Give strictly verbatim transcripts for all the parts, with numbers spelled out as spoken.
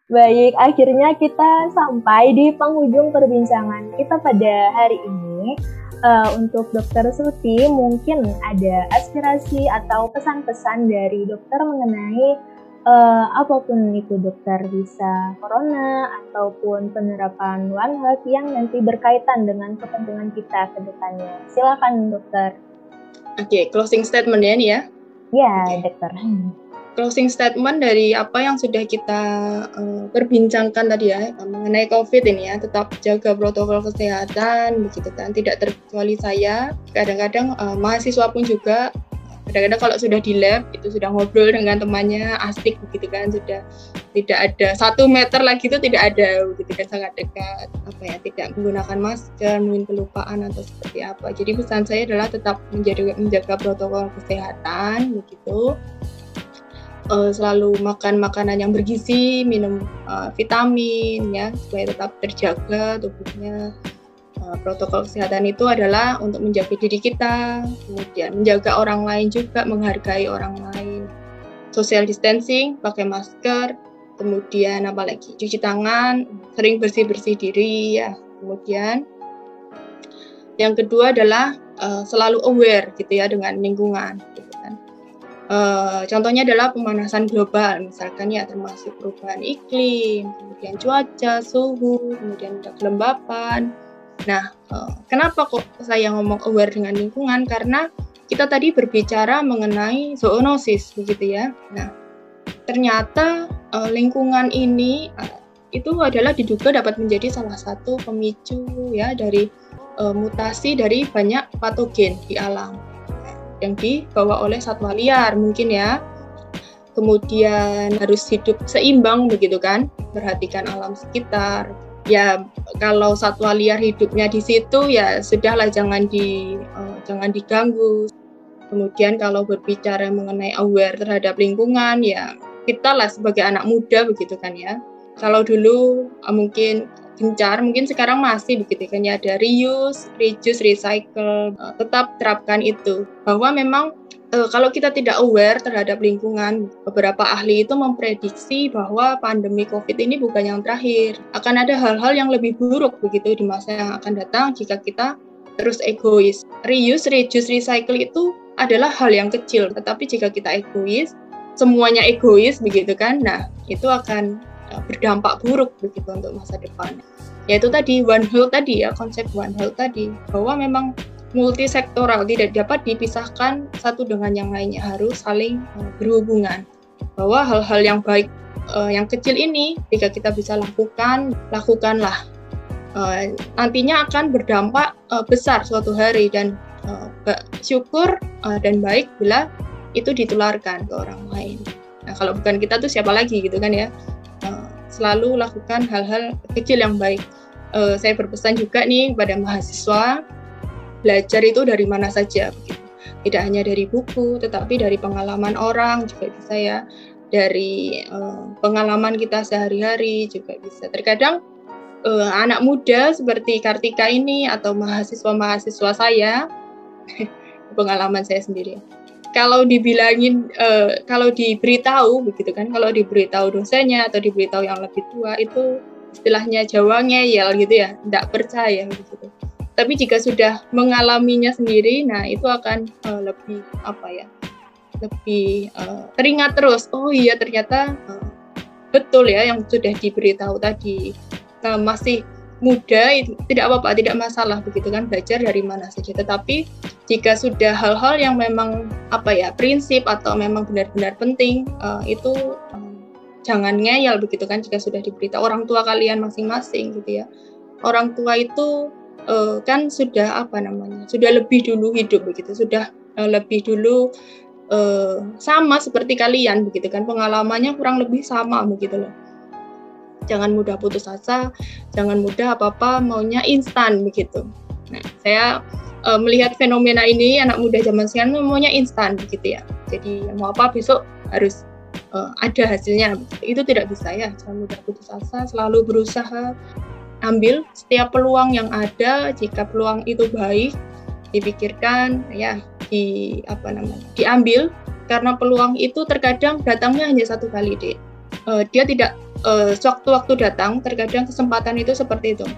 Baik, akhirnya kita sampai di penghujung perbincangan kita pada hari ini. Uh, untuk Dokter Suti, mungkin ada aspirasi atau pesan-pesan dari dokter mengenai uh, apapun itu dokter, bisa corona ataupun penerapan One Health yang nanti berkaitan dengan kepentingan kita ke depannya. Silakan dokter. Oke, okay, closing statement ya nih ya? Ya, okay. Dokter. Closing statement dari apa yang sudah kita uh, perbincangkan tadi ya mengenai COVID ini ya, tetap jaga protokol kesehatan begitu kan, tidak terkecuali saya. Kadang-kadang uh, mahasiswa pun juga, kadang-kadang kalau sudah di lab itu sudah ngobrol dengan temannya asik begitu kan, sudah tidak ada satu meter lagi itu tidak ada begitu kan, sangat dekat, apa ya, tidak menggunakan masker, mungkin kelupaan atau seperti apa. Jadi pesan saya adalah tetap menjaga, menjaga protokol kesehatan begitu. Uh, selalu makan makanan yang bergizi, minum uh, vitamin ya supaya tetap terjaga tubuhnya. Uh, protokol kesehatan itu adalah untuk menjaga diri kita, kemudian menjaga orang lain juga, menghargai orang lain. Social distancing, pakai masker, kemudian apalagi cuci tangan, sering bersih-bersih diri ya. Kemudian yang kedua adalah uh, selalu aware gitu ya dengan lingkungan. Gitu kan. Uh, contohnya adalah pemanasan global, misalkan ya, termasuk perubahan iklim, kemudian cuaca, suhu, kemudian kelembapan. Nah, uh, kenapa kok saya ngomong aware dengan lingkungan? Karena kita tadi berbicara mengenai zoonosis, begitu ya. Nah, ternyata uh, lingkungan ini uh, itu adalah diduga dapat menjadi salah satu pemicu ya dari uh, mutasi dari banyak patogen di alam yang dibawa oleh satwa liar mungkin ya. Kemudian harus hidup seimbang begitu kan, perhatikan alam sekitar. Ya kalau satwa liar hidupnya di situ ya sudahlah, jangan di uh, jangan diganggu. Kemudian kalau berbicara mengenai aware terhadap lingkungan ya, kita lah sebagai anak muda begitu kan ya. Kalau dulu uh, mungkin gencar, mungkin sekarang masih begitu kan ya, ada reuse, reduce, recycle, uh, tetap terapkan itu. Bahwa memang uh, kalau kita tidak aware terhadap lingkungan, beberapa ahli itu memprediksi bahwa pandemi COVID ini bukan yang terakhir. Akan ada hal-hal yang lebih buruk begitu di masa yang akan datang jika kita terus egois. Reuse, reduce, recycle itu adalah hal yang kecil, tetapi jika kita egois, semuanya egois begitu kan, nah itu akan berdampak buruk begitu untuk masa depan. Yaitu tadi One Health tadi ya, konsep One Health tadi, bahwa memang multisektoral, tidak dapat dipisahkan satu dengan yang lainnya, harus saling uh, berhubungan. Bahwa hal-hal yang baik, uh, yang kecil ini jika kita bisa lakukan, lakukanlah. Uh, nantinya akan berdampak uh, besar suatu hari, dan uh, syukur uh, dan baik bila itu ditularkan ke orang lain. Nah kalau bukan kita tuh siapa lagi gitu kan ya. Selalu lakukan hal-hal kecil yang baik. Uh, saya berpesan juga nih kepada mahasiswa, belajar itu dari mana saja begitu. Tidak hanya dari buku, tetapi dari pengalaman orang juga bisa ya, dari uh, pengalaman kita sehari-hari juga bisa. Terkadang uh, anak muda seperti Kartika ini atau mahasiswa-mahasiswa saya, pengalaman saya sendiri. Kalau dibilangin, uh, kalau diberitahu begitu kan, kalau diberitahu dosennya atau diberitahu yang lebih tua itu istilahnya Jawa ngeyel gitu ya, tidak percaya gitu. Tapi jika sudah mengalaminya sendiri, nah itu akan uh, lebih apa ya, lebih uh, teringat terus. Oh iya ternyata uh, betul ya yang sudah diberitahu tadi. Nah, masih muda tidak apa-apa, tidak masalah begitu kan, belajar dari mana saja. Tetapi jika sudah hal-hal yang memang apa ya, prinsip atau memang benar-benar penting, uh, itu um, jangan ngeyel begitu kan jika sudah diberitahu. Orang tua kalian masing-masing gitu ya. Orang tua itu uh, kan sudah apa namanya, sudah lebih dulu hidup begitu, sudah uh, lebih dulu uh, sama seperti kalian begitu kan, pengalamannya kurang lebih sama begitu loh. Jangan mudah putus asa, jangan mudah apa-apa maunya instan begitu. Nah, saya e, melihat fenomena ini, anak muda zaman sekarang maunya instan begitu ya. Jadi mau apa besok harus e, ada hasilnya. Itu tidak bisa ya. Jangan mudah putus asa, selalu berusaha ambil setiap peluang yang ada. Jika peluang itu baik, dipikirkan ya, di apa namanya, diambil, karena peluang itu terkadang datangnya hanya satu kali, Dek. Uh, dia tidak uh, sewaktu-waktu datang, terkadang kesempatan itu seperti itu.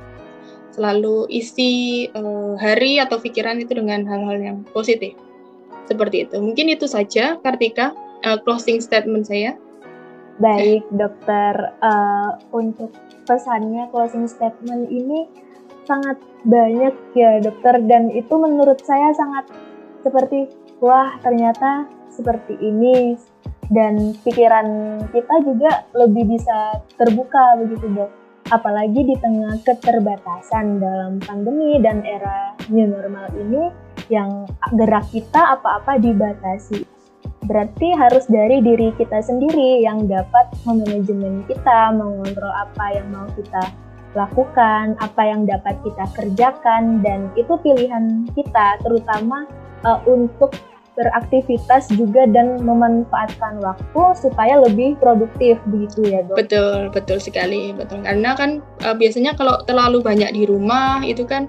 Selalu isi uh, hari atau pikiran itu dengan hal-hal yang positif. Seperti itu. Mungkin itu saja, Kartika, uh, closing statement saya. Baik, dokter. Uh, untuk pesannya closing statement ini sangat banyak ya, dokter. Dan itu menurut saya sangat seperti, wah ternyata seperti ini. Dan pikiran kita juga lebih bisa terbuka begitu, dok. Apalagi di tengah keterbatasan dalam pandemi dan era new normal ini yang gerak kita apa-apa dibatasi. Berarti harus dari diri kita sendiri yang dapat memanajemen kita, mengontrol apa yang mau kita lakukan, apa yang dapat kita kerjakan, dan itu pilihan kita terutama uh, untuk beraktivitas juga dan memanfaatkan waktu supaya lebih produktif begitu ya, dok. Betul, betul sekali, betul. Karena kan uh, biasanya kalau terlalu banyak di rumah itu kan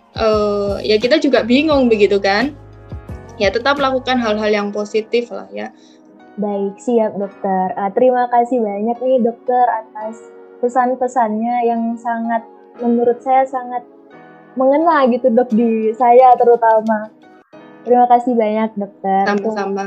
uh, ya kita juga bingung begitu kan. Ya tetap lakukan hal-hal yang positif lah ya. Baik, siap dokter. Uh, terima kasih banyak nih dokter atas pesan-pesannya yang sangat menurut saya sangat mengena gitu dok di saya terutama. Terima kasih banyak dokter. Sama-sama.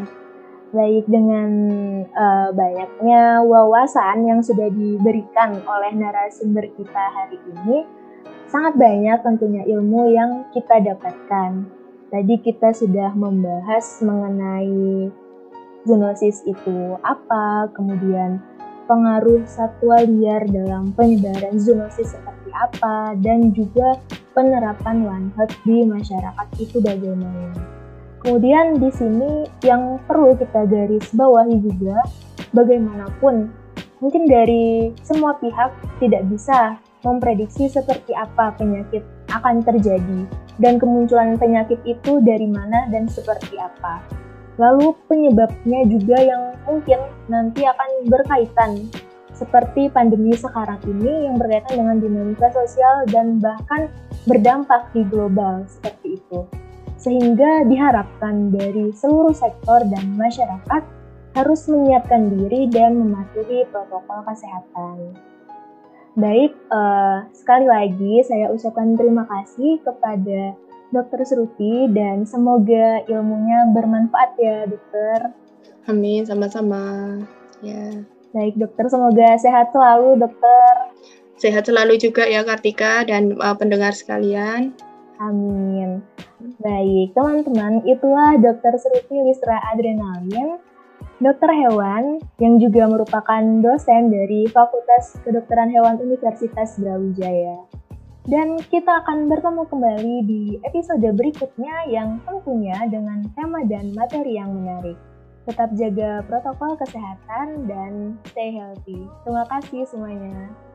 Baik, dengan uh, banyaknya wawasan yang sudah diberikan oleh narasumber kita hari ini, sangat banyak tentunya ilmu yang kita dapatkan. Tadi kita sudah membahas mengenai zoonosis itu apa, kemudian pengaruh satwa liar dalam penyebaran zoonosis seperti apa, dan juga penerapan One Health di masyarakat itu bagaimana. Kemudian di sini yang perlu kita garis bawahi juga, bagaimanapun mungkin dari semua pihak tidak bisa memprediksi seperti apa penyakit akan terjadi dan kemunculan penyakit itu dari mana dan seperti apa. Lalu penyebabnya juga yang mungkin nanti akan berkaitan seperti pandemi sekarang ini yang berkaitan dengan dinamika sosial dan bahkan berdampak di global seperti itu. Sehingga diharapkan dari seluruh sektor dan masyarakat harus menyiapkan diri dan mematuhi protokol kesehatan. Baik, uh, sekali lagi saya ucapkan terima kasih kepada Dokter Sruti dan semoga ilmunya bermanfaat ya, dokter. Amin, sama-sama. Ya. Baik, dokter, semoga sehat selalu, dokter. Sehat selalu juga ya, Kartika dan uh, pendengar sekalian. Amin. Baik, teman-teman, itulah Dokter Sruti Listra Adrenalin, dokter hewan yang juga merupakan dosen dari Fakultas Kedokteran Hewan Universitas Brawijaya. Dan kita akan bertemu kembali di episode berikutnya yang tentunya dengan tema dan materi yang menarik. Tetap jaga protokol kesehatan dan stay healthy. Terima kasih semuanya.